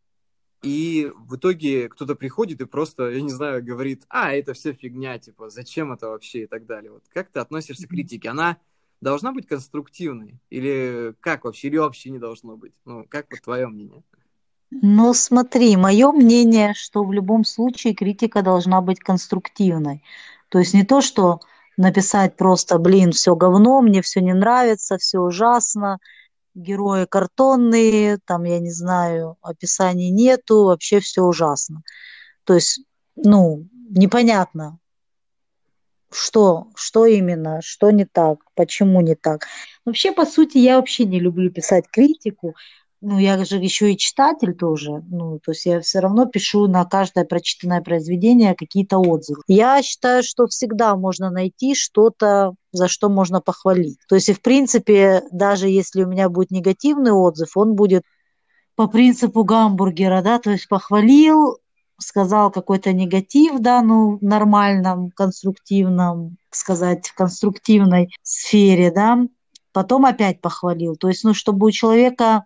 и в итоге кто-то приходит и просто, я не знаю, говорит, это все фигня, типа, зачем это вообще и так далее. Вот как ты относишься к критике? Она должна быть конструктивной? Или как вообще? Или вообще не должно быть? Ну, как вот твое мнение? Ну, смотри, мое мнение, что в любом случае критика должна быть конструктивной. То есть не то, что написать просто, блин, все говно, мне все не нравится, все ужасно, герои картонные, там, я не знаю, описаний нету, вообще все ужасно. То есть, ну, непонятно, что именно, что не так, почему не так. Вообще, по сути, я вообще не люблю писать критику. Ну, я же еще и читатель тоже. Ну, то есть я все равно пишу на каждое прочитанное произведение какие-то отзывы. Я считаю, что всегда можно найти что-то, за что можно похвалить. То есть, и в принципе, даже если у меня будет негативный отзыв, он будет по принципу гамбургера, да, то есть похвалил, сказал какой-то негатив, да, ну, в нормальном, конструктивном, сказать, в конструктивной сфере, да, потом опять похвалил. То есть, ну, чтобы у человека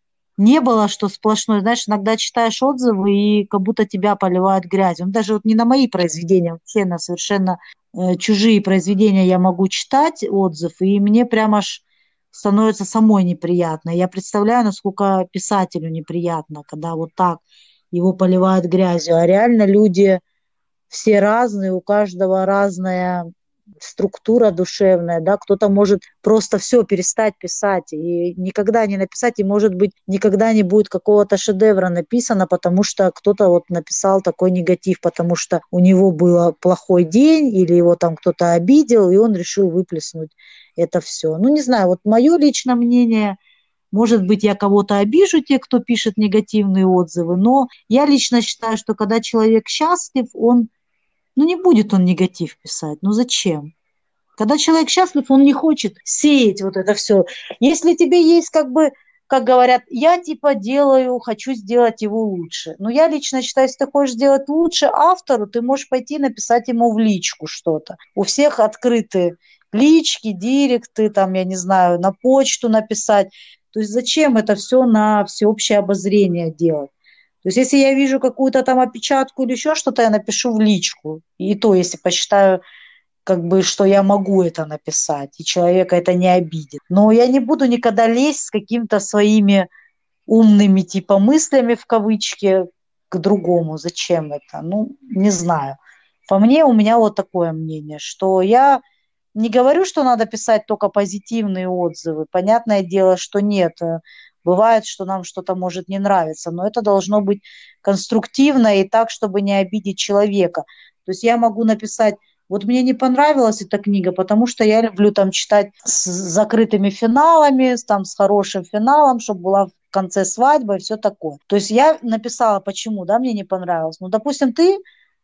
не было, что сплошное, знаешь, иногда читаешь отзывы и как будто тебя поливают грязью. Ну, даже вот не на мои произведения, вообще на совершенно чужие произведения я могу читать отзыв, и мне прямо аж становится самой неприятно. Я представляю, насколько писателю неприятно, когда вот так его поливают грязью. А реально люди все разные, у каждого разная структура душевная, да, кто-то может просто все перестать писать и никогда не написать, и, может быть, никогда не будет какого-то шедевра написано, потому что кто-то вот написал такой негатив, потому что у него был плохой день или его там кто-то обидел, и он решил выплеснуть это все. Ну, не знаю, вот мое личное мнение, может быть, я кого-то обижу, те, кто пишет негативные отзывы, но я лично считаю, что когда человек счастлив, он ну, не будет он негатив писать. Ну, зачем? Когда человек счастлив, он не хочет сеять вот это все. Если тебе есть как бы, как говорят, я типа делаю, хочу сделать его лучше. Но я лично считаю, если ты хочешь сделать лучше автору, ты можешь пойти написать ему в личку что-то. У всех открыты лички, директы, там, я не знаю, на почту написать. То есть зачем это все на всеобщее обозрение делать? То есть если я вижу какую-то там опечатку или еще что-то, я напишу в личку. И то, если посчитаю, как бы, что я могу это написать, и человека это не обидит. Но я не буду никогда лезть с какими-то своими умными типа мыслями в кавычки к другому. Зачем это? Ну, не знаю. По мне, у меня вот такое мнение, что я не говорю, что надо писать только позитивные отзывы. Понятное дело, что нет. Бывает, что нам что-то может не нравиться, но это должно быть конструктивно и так, чтобы не обидеть человека. То есть я могу написать, вот мне не понравилась эта книга, потому что я люблю там читать с закрытыми финалами, там с хорошим финалом, чтобы была в конце свадьба и все такое. То есть я написала, почему, да, мне не понравилось. Ну, допустим, ты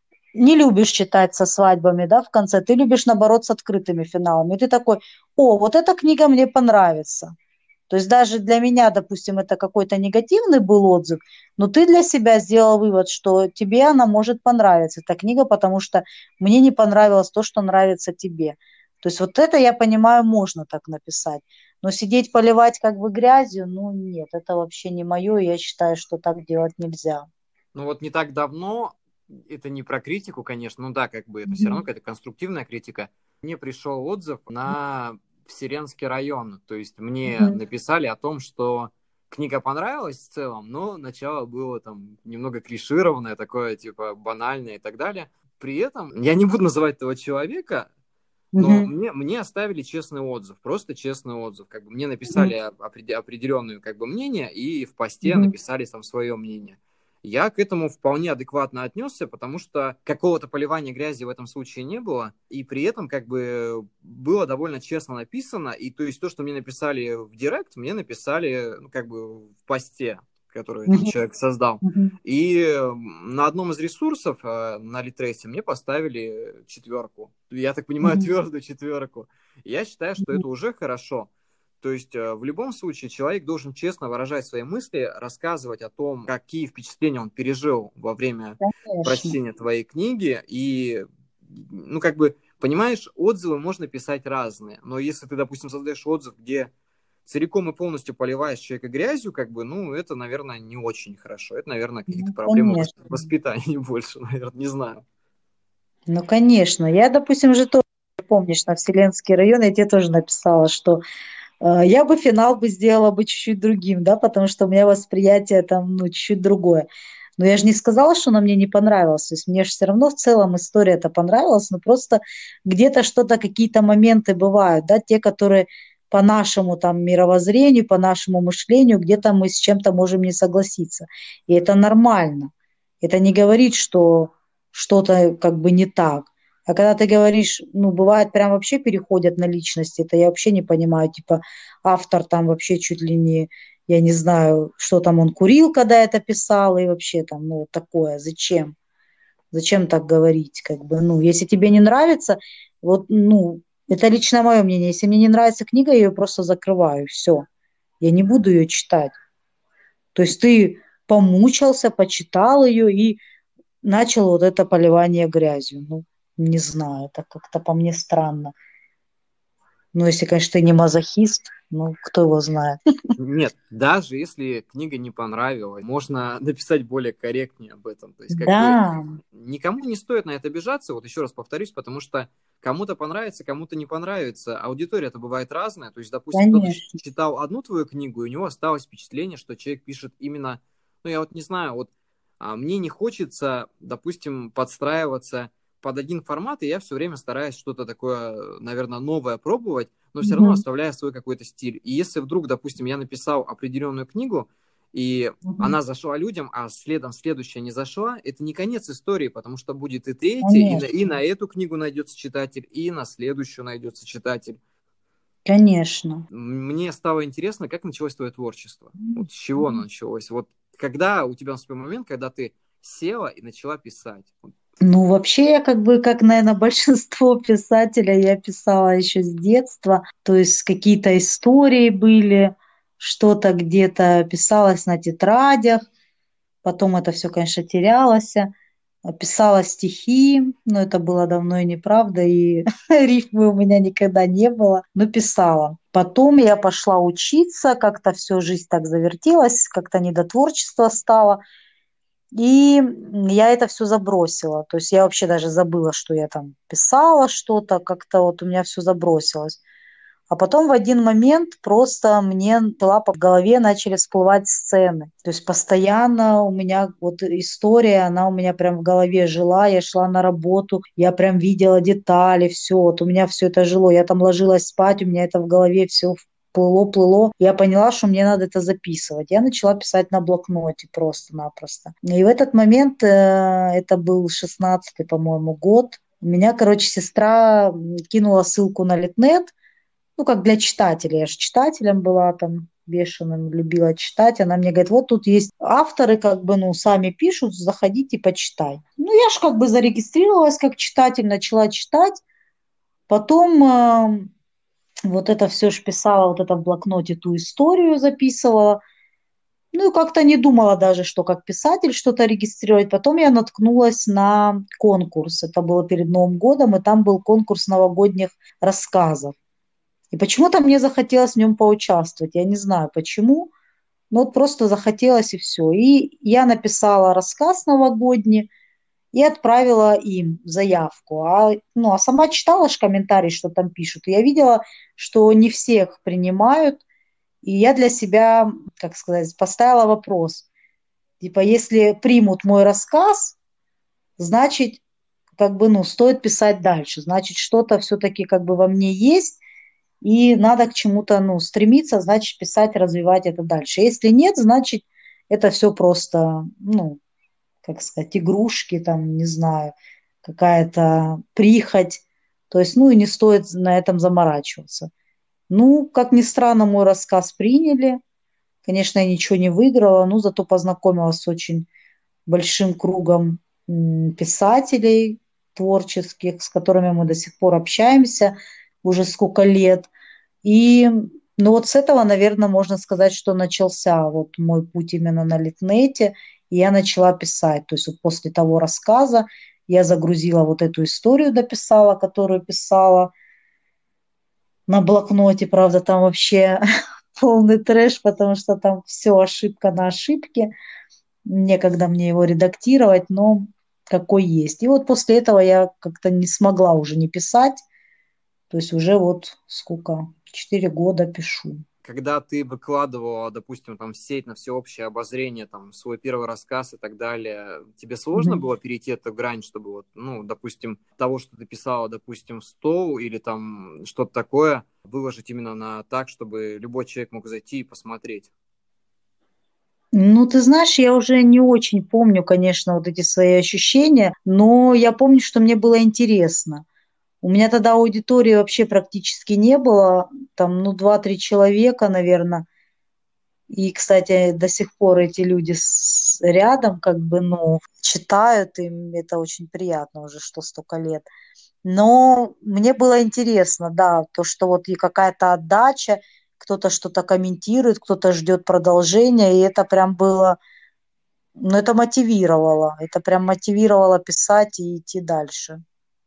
не любишь читать со свадьбами, да, в конце, ты любишь, наоборот, с открытыми финалами. И ты такой, о, вот эта книга мне понравится. То есть даже для меня, допустим, это какой-то негативный был отзыв, но ты для себя сделал вывод, что тебе она может понравиться, эта книга, потому что мне не понравилось то, что нравится тебе. То есть вот это, я понимаю, можно так написать. Но сидеть поливать как бы грязью, ну нет, это вообще не мое, и я считаю, что так делать нельзя. Ну вот не так давно, это не про критику, конечно, ну да, как бы это все равно Мгм. какая-то конструктивная критика. Мне пришел отзыв на Сиренский район, то есть мне Мгм. написали о том, что книга понравилась в целом, но начало было там немного клишированное, такое типа банальное и так далее. При этом я не буду называть этого человека, но Мгм. мне оставили честный отзыв, просто честный отзыв. Как бы мне Мгм. написали определенное как бы мнение и в посте Мгм. написали там свое мнение. Я к этому вполне адекватно отнесся, потому что какого-то поливания грязи в этом случае не было, и при этом как бы было довольно честно написано, и то есть то, что мне написали в директ, мне написали ну, как бы в посте, который этот Мгм. человек создал. Мгм. И на одном из ресурсов, на Литресе, мне поставили 4. Я так понимаю, Мгм. твердую 4. Я считаю, что Мгм. это уже хорошо. То есть в любом случае человек должен честно выражать свои мысли, рассказывать о том, какие впечатления он пережил во время Конечно. прочтения твоей книги. И, ну, как бы, понимаешь, отзывы можно писать разные. Но если ты, допустим, создаешь отзыв, где целиком и полностью поливаешь человека грязью, как бы, ну, это, наверное, не очень хорошо. Это, наверное, какие-то Ну, проблемы конечно. воспитания больше, наверное, не знаю. Ну, конечно. Я, допустим, же тоже, помнишь, на Вселенский район я тебе тоже написала, что Я бы финал бы сделала бы чуть-чуть другим, да, потому что у меня восприятие там, ну, чуть-чуть другое. Но я же не сказала, что она мне не понравилась. То есть мне же все равно в целом история это понравилась, но просто где-то что-то, какие-то моменты бывают, да, те, которые по нашему там мировоззрению, по нашему мышлению, где-то мы с чем-то можем не согласиться. И это нормально. Это не говорит, что что-то как бы не так. А когда ты говоришь, ну, бывает, прям вообще переходят на личности, это я вообще не понимаю, типа, автор там вообще чуть ли не, я не знаю, что там он курил, когда это писал, и вообще там, ну, вот такое, зачем? Зачем так говорить, как бы, ну, если тебе не нравится, вот, ну, это лично мое мнение, если мне не нравится книга, я ее просто закрываю, все, я не буду ее читать. То есть ты помучился, почитал ее и начал вот это поливание грязью. Ну, не знаю, это как-то по мне странно. Ну, если, конечно, ты не мазохист, ну, кто его знает. Нет, даже если книга не понравилась, можно написать более корректнее об этом. То есть, как бы, Да, никому не стоит на это обижаться, вот еще раз повторюсь, потому что кому-то понравится, кому-то не понравится. Аудитория-то бывает разная. То есть, допустим, кто-то конечно. читал одну твою книгу, и у него осталось впечатление, что человек пишет именно, ну, я вот не знаю, вот мне не хочется, допустим, подстраиваться под один формат, и я все время стараюсь что-то такое, наверное, новое пробовать, но все равно Мгм, оставляя свой какой-то стиль. И если вдруг, допустим, я написал определенную книгу, и мгм. она зашла людям, а следом следующая не зашла, это не конец истории, потому что будет и третья, и на Конечно, эту книгу найдется читатель, и на следующую найдется читатель. конечно. Мне стало интересно, как началось твое творчество. Вот с чего оно началось? Вот когда у тебя наступил момент, когда ты села и начала писать? Вот. Ну, вообще, я как бы, как, наверное, большинство писателей, я писала еще с детства. То есть какие-то истории были, что-то где-то писалось на тетрадях. Потом это все, конечно, терялось. Писала стихи, но это было давно и неправда, и рифмы у меня никогда не было, но писала. Потом я пошла учиться, как-то всю жизнь так завертелась, как-то не до творчества стало, и я это все забросила. То есть я вообще даже забыла, что я там писала что-то, как-то вот у меня все забросилось. А потом в один момент просто мне начала по голове начали всплывать сцены. То есть постоянно у меня вот история, она у меня прям в голове жила. Я шла на работу, я прям видела детали, все. Вот у меня все это жило. Я там ложилась спать, у меня это в голове все плыло, плыло. Я поняла, что мне надо это записывать. Я начала писать на блокноте просто-напросто. И в этот момент, это был 16-й, по-моему, год, у меня, короче, сестра кинула ссылку на Литнет, ну, как для читателя. Я же читателем была там бешеным, любила читать. Она мне говорит, вот тут есть авторы, как бы, ну, сами пишут, заходите, почитай. Ну, я же как бы зарегистрировалась как читатель, начала читать. Потом вот это все ж писала, вот это в блокноте ту историю записывала. Ну, и как-то не думала даже, что как писатель что-то регистрировать. Потом я наткнулась на конкурс. Это было перед Новым годом, и там был конкурс новогодних рассказов. И почему-то мне захотелось в нем поучаствовать. Я не знаю почему, но вот просто захотелось и все. И я написала рассказ новогодний и отправила им заявку. Ну, а сама читала ж комментарии, что там пишут. И я видела, что не всех принимают. И я для себя, как сказать, поставила вопрос. Типа, если примут мой рассказ, значит, как бы, ну, стоит писать дальше. Значит, что-то все-таки как бы во мне есть, и надо к чему-то, ну, стремиться, значит, писать, развивать это дальше. Если нет, значит, это все просто, ну, как сказать, игрушки, там, не знаю, какая-то прихоть. То есть, ну, и не стоит на этом заморачиваться. Ну, как ни странно, мой рассказ приняли. Конечно, я ничего не выиграла, но зато познакомилась с очень большим кругом писателей творческих, с которыми мы до сих пор общаемся уже сколько лет. И ну вот с этого, наверное, можно сказать, что начался вот мой путь именно на Литнете, и я начала писать. То есть вот после того рассказа я загрузила вот эту историю, дописала, которую писала на блокноте. Правда, там вообще полный трэш, потому что там все ошибка на ошибке. Некогда мне его редактировать, но какой есть. И вот после этого я как-то не смогла уже не писать. То есть уже вот сколько? 4 года пишу. Когда ты выкладывала, допустим, там в сеть на всеобщее обозрение, там, свой первый рассказ и так далее, тебе сложно Мгм. было перейти эту грань, чтобы вот, ну, допустим, того, что ты писала, допустим, в стол или там что-то такое, выложить именно на так, чтобы любой человек мог зайти и посмотреть? Ну, ты знаешь, я уже не очень помню, конечно, вот эти свои ощущения, но я помню, что мне было интересно. У меня тогда аудитории вообще практически не было, там, ну, 2-3 человека, наверное. И, кстати, до сих пор эти люди рядом, как бы, ну, читают, им это очень приятно уже, что столько лет. Но мне было интересно, да, то, что вот и какая-то отдача, кто-то что-то комментирует, кто-то ждет продолжения, и это прям было, ну, это прям мотивировало писать и идти дальше.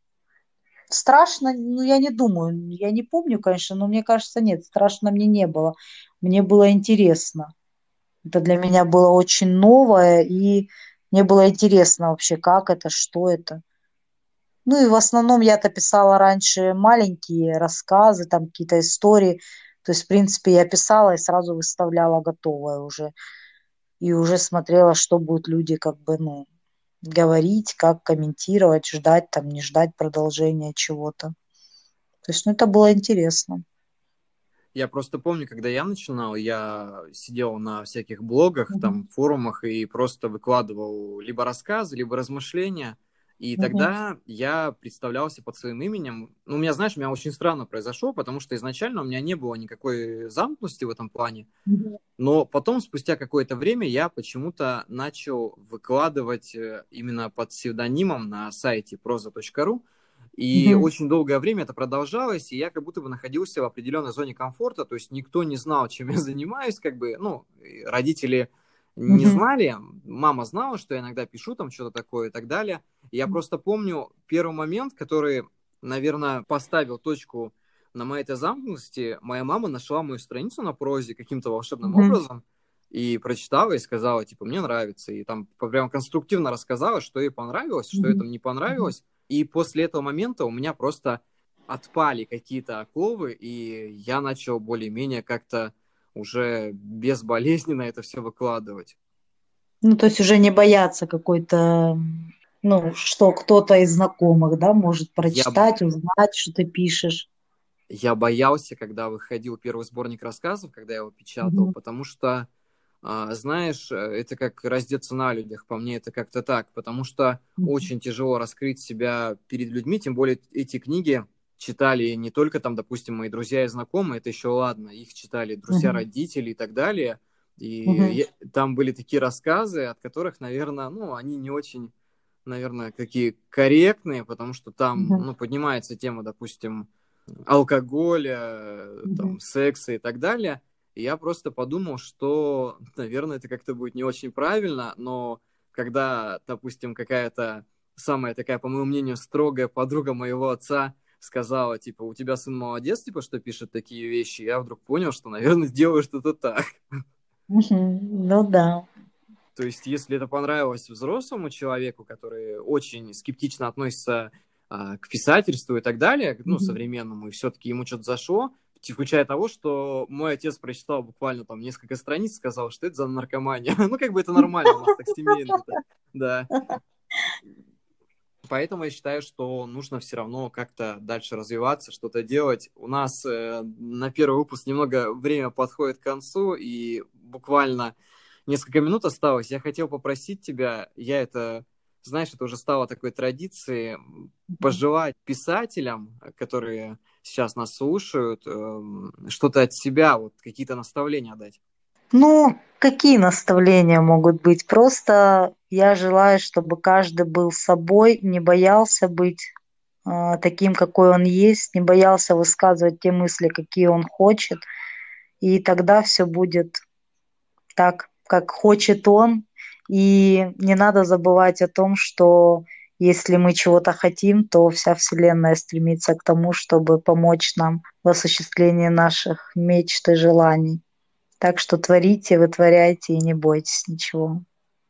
Страшно, ну, я не думаю, я не помню, конечно, но мне кажется, нет, страшно мне не было. Мне было интересно. Это для меня было очень новое, и мне было интересно вообще, как это, что это. Ну и в основном я-то писала раньше маленькие рассказы, там какие-то истории. То есть, в принципе, я писала и сразу выставляла готовое уже. И уже смотрела, что будут люди как бы, ну, говорить, как комментировать, ждать там, не ждать продолжения чего-то. То есть, ну, это было интересно. Я просто помню, когда я начинал, я сидел на всяких блогах, Мгм. там, форумах и просто выкладывал либо рассказы, либо размышления. И Мгм. тогда я представлялся под своим именем. Ну, у меня, знаешь, у меня очень странно произошло, потому что изначально у меня не было никакой замкнутости в этом плане. Мгм. Но потом, спустя какое-то время, я почему-то начал выкладывать именно под псевдонимом на сайте proza.ru. И Мгм. очень долгое время это продолжалось, и я как будто бы находился в определенной зоне комфорта, то есть никто не знал, чем я занимаюсь, как бы, ну, и родители не Мгм. знали, мама знала, что я иногда пишу там что-то такое и так далее. И я просто помню первый момент, который, наверное, поставил точку на моей этой замкнутости. Моя мама нашла мою страницу на прозе каким-то волшебным Мгм. образом и прочитала и сказала, типа, мне нравится. И там прям конструктивно рассказала, что ей понравилось, что ей Мгм. там не Мгм. понравилось. И после этого момента у меня просто отпали какие-то оковы, и я начал более-менее как-то уже безболезненно это все выкладывать. Ну, то есть уже не бояться какой-то, ну, что кто-то из знакомых, да, может Я, прочитать, узнать, что ты пишешь. я боялся, когда выходил первый сборник рассказов, когда я его печатал, Мгм. потому что, знаешь, это как раздеться на людях, по мне это как-то так, потому что Мгм. очень тяжело раскрыть себя перед людьми, тем более эти книги читали не только там, допустим, мои друзья и знакомые, это еще ладно, их читали друзья, Мгм. родители и так далее, и Мгм. там были такие рассказы, от которых, наверное, ну, они не очень, наверное, какие корректные, потому что там, Мгм. ну, поднимается тема, допустим, алкоголя, Мгм. там, секса и так далее. И я просто подумал, что, наверное, это как-то будет не очень правильно, но когда, допустим, какая-то самая такая, по моему мнению, строгая подруга моего отца сказала, типа, у тебя сын молодец, типа, что пишет такие вещи, я вдруг понял, что, наверное, сделаю что-то так. Мгм. Ну да. То есть, если это понравилось взрослому человеку, который очень скептично относится к писательству и так далее, ну, Мгм. современному, и все-таки ему что-то зашло, включая того, что мой отец прочитал буквально там несколько страниц, сказал, что это за наркомания. Ну, как бы это нормально, у нас так семейно-то, да. Поэтому я считаю, что нужно все равно как-то дальше развиваться, что-то делать. У нас на первый выпуск немного время подходит к концу, и буквально несколько минут осталось. Я хотел попросить тебя, я это, знаешь, это уже стало такой традицией, пожелать писателям, которые сейчас нас слушают, что-то от себя, вот какие-то наставления дать. Ну, какие наставления могут быть? Просто я желаю, чтобы каждый был собой, не боялся быть таким, какой он есть, не боялся высказывать те мысли, какие он хочет, и тогда все будет так, как хочет он. И не надо забывать о том, что если мы чего-то хотим, то вся Вселенная стремится к тому, чтобы помочь нам в осуществлении наших мечт и желаний. Так что творите, вытворяйте и не бойтесь ничего.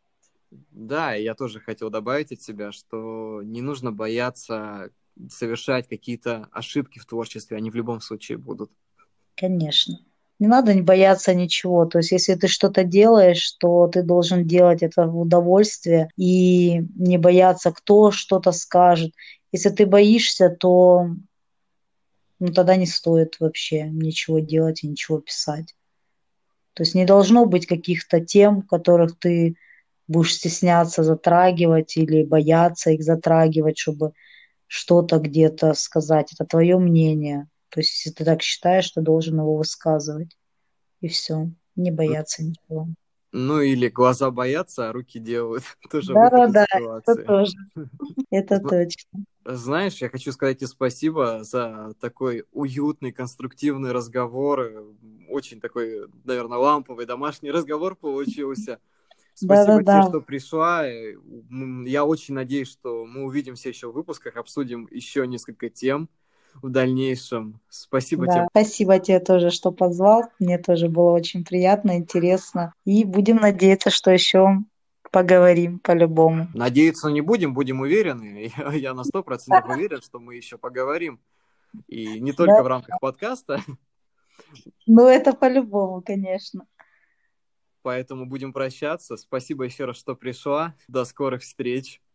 Да, и я тоже хотел добавить от себя, что не нужно бояться совершать какие-то ошибки в творчестве, они в любом случае будут. Конечно. Не надо не бояться ничего. То есть, если ты что-то делаешь, то ты должен делать это в удовольствие и не бояться, кто что-то скажет. Если ты боишься, то тогда не стоит вообще ничего делать и ничего писать. То есть не должно быть каких-то тем, которых ты будешь стесняться затрагивать или бояться их затрагивать, чтобы что-то где-то сказать. Это твое мнение. То есть, если ты так считаешь, ты должен его высказывать. И все. Не бояться ничего. Ну или глаза боятся, а руки делают. Тоже выход из Да-да-да, это ситуации. тоже. Это точно. Знаешь, я хочу сказать тебе спасибо за такой уютный, конструктивный разговор. Очень такой, наверное, ламповый домашний разговор получился. Спасибо Да-да-да. тебе, что пришла. Я очень надеюсь, что мы увидимся еще в выпусках, обсудим еще несколько тем в дальнейшем. Спасибо Да. тебе. Спасибо тебе тоже, что позвал. Мне тоже было очень приятно, интересно. И будем надеяться, что еще поговорим по-любому. Надеяться не будем, будем уверены. Я на 100% уверен, что мы еще поговорим. И не Да. только в рамках подкаста. Ну, это по-любому, конечно. Поэтому будем прощаться. Спасибо еще раз, что пришла. До скорых встреч.